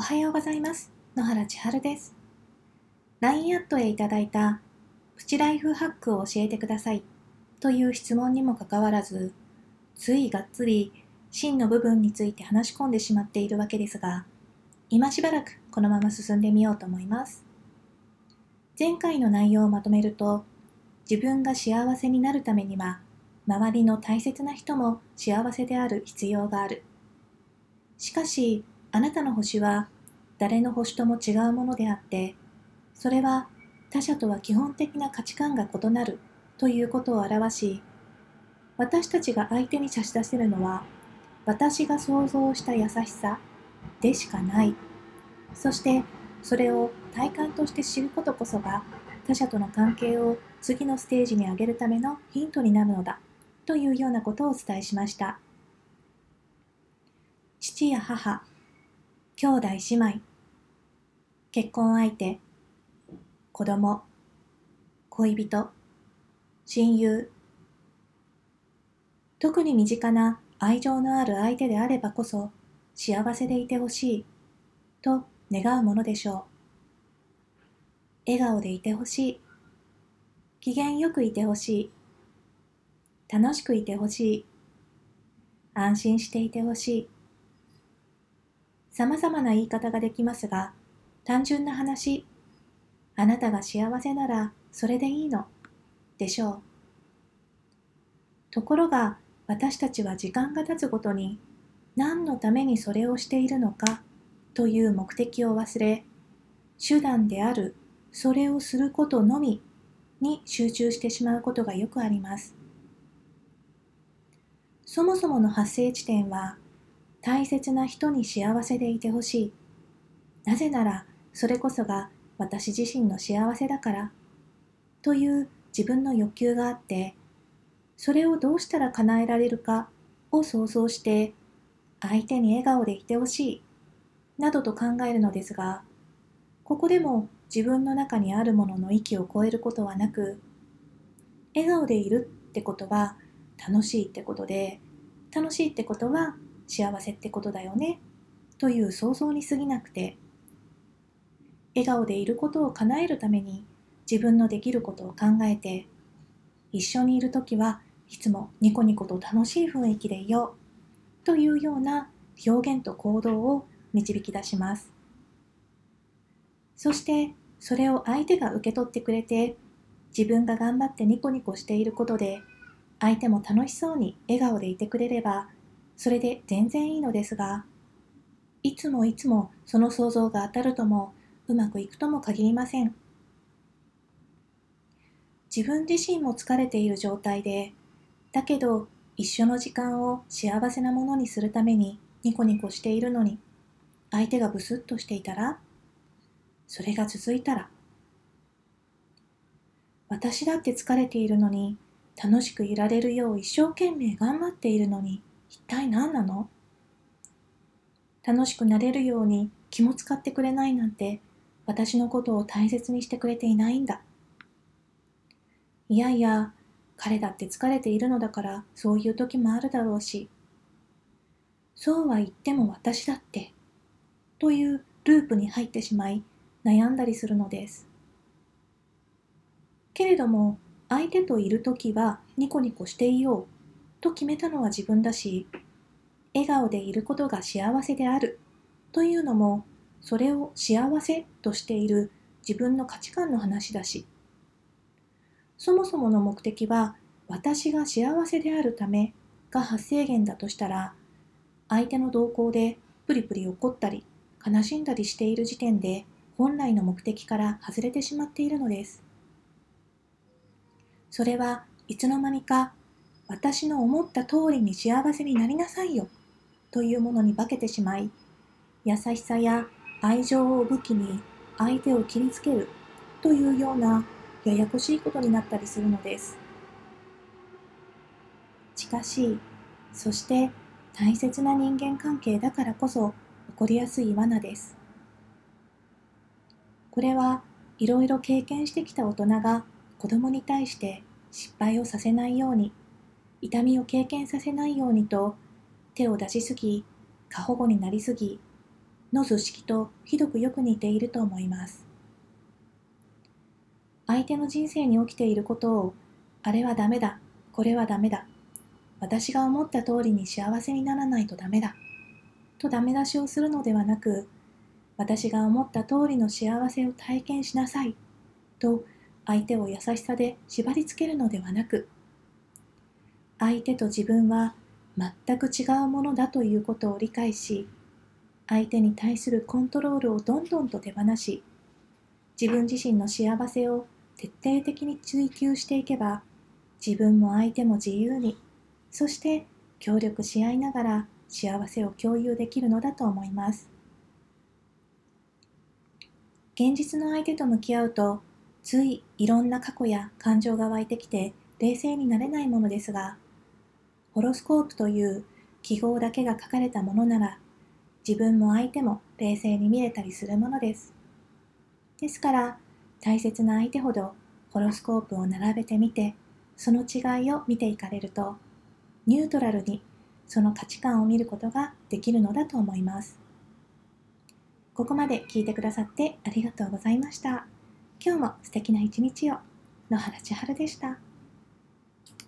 はようございます。野原千春です。LINE アットへいただいたプチライフハックを教えてくださいという質問にもかかわらず、ついがっつり真の部分について話し込んでしまっているわけですが、今しばらくこのまま進んでみようと思います。前回の内容をまとめると、自分が幸せになるためには、周りの大切な人も幸せである必要がある。しかし、あなたの星は誰の星とも違うものであって、それは他者とは基本的な価値観が異なるということを表し、私たちが相手に差し出せるのは、私が想像した優しさでしかない。そして、それを体感として知ることこそが、他者との関係を次のステージに上げるためのヒントになるのだ、というようなことをお伝えしました。父や母、兄弟姉妹、結婚相手、子供、恋人、親友、特に身近な愛情のある相手であればこそ幸せでいてほしいと願うものでしょう。笑顔でいてほしい。機嫌よくいてほしい。楽しくいてほしい。安心していてほしい。様々な言い方ができますが、単純な話、あなたが幸せならそれでいいのでしょう。ところが私たちは時間が経つごとに何のためにそれをしているのかという目的を忘れ、手段であるそれをすることのみに集中してしまうことがよくあります。そもそもの発生地点は大切な人に幸せでいてほしい。なぜならそれこそが私自身の幸せだからという自分の欲求があって、それをどうしたら叶えられるかを想像して相手に笑顔でいてほしいなどと考えるのですが、ここでも自分の中にあるものの域を超えることはなく、笑顔でいるってことは楽しいってことで、楽しいってことは幸せってことだよねという想像に過ぎなくて、笑顔でいることを叶えるために自分のできることを考えて、一緒にいるときはいつもニコニコと楽しい雰囲気でいようというような表現と行動を導き出します。そしてそれを相手が受け取ってくれて、自分が頑張ってニコニコしていることで相手も楽しそうに笑顔でいてくれればそれで全然いいのですが、いつもいつもその想像が当たるともうまくいくとも限りません。自分自身も疲れている状態で、だけど一緒の時間を幸せなものにするためにニコニコしているのに、相手がブスッとしていたら、それが続いたら、私だって疲れているのに、楽しくいられるよう一生懸命頑張っているのに、一体何なの？楽しくなれるように気も使ってくれないなんて、私のことを大切にしてくれていないんだ。いやいや、彼だって疲れているのだからそういう時もあるだろうし、そうは言っても私だって、というループに入ってしまい悩んだりするのです。けれども、相手といる時はニコニコしていようと決めたのは自分だし、笑顔でいることが幸せであるというのも、それを幸せとしている自分の価値観の話だし、そもそもの目的は私が幸せであるためが発生源だとしたら、相手の動向でプリプリ怒ったり悲しんだりしている時点で本来の目的から外れてしまっているのです。それはいつの間にか私の思った通りに幸せになりなさいよというものに化けてしまい、優しさや愛情を武器に相手を切りつけるというようなややこしいことになったりするのです。しかし、そして大切な人間関係だからこそ起こりやすい罠です。これはいろいろ経験してきた大人が子供に対して失敗をさせないように、痛みを経験させないようにと手を出しすぎ、過保護になりすぎ、 の図式とひどくよく似ていると思います。相手の人生に起きていることを、あれはダメだ、これはダメだ、私が思った通りに幸せにならないとダメだ、とダメ出しをするのではなく、私が思った通りの幸せを体験しなさい、と相手を優しさで縛り付けるのではなく、相手と自分は全く違うものだということを理解し、相手に対するコントロールをどんどんと手放し、自分自身の幸せを徹底的に追求していけば、自分も相手も自由に、そして協力し合いながら幸せを共有できるのだと思います。現実の相手と向き合うと、ついいろんな過去や感情が湧いてきて冷静になれないものですが、ホロスコープという記号だけが書かれたものなら、自分も相手も冷静に見れたりするものです。ですから、大切な相手ほどホロスコープを並べてみて、その違いを見ていかれると、ニュートラルにその価値観を見ることができるのだと思います。ここまで聞いてくださってありがとうございました。今日も素敵な一日を。野原千春でした。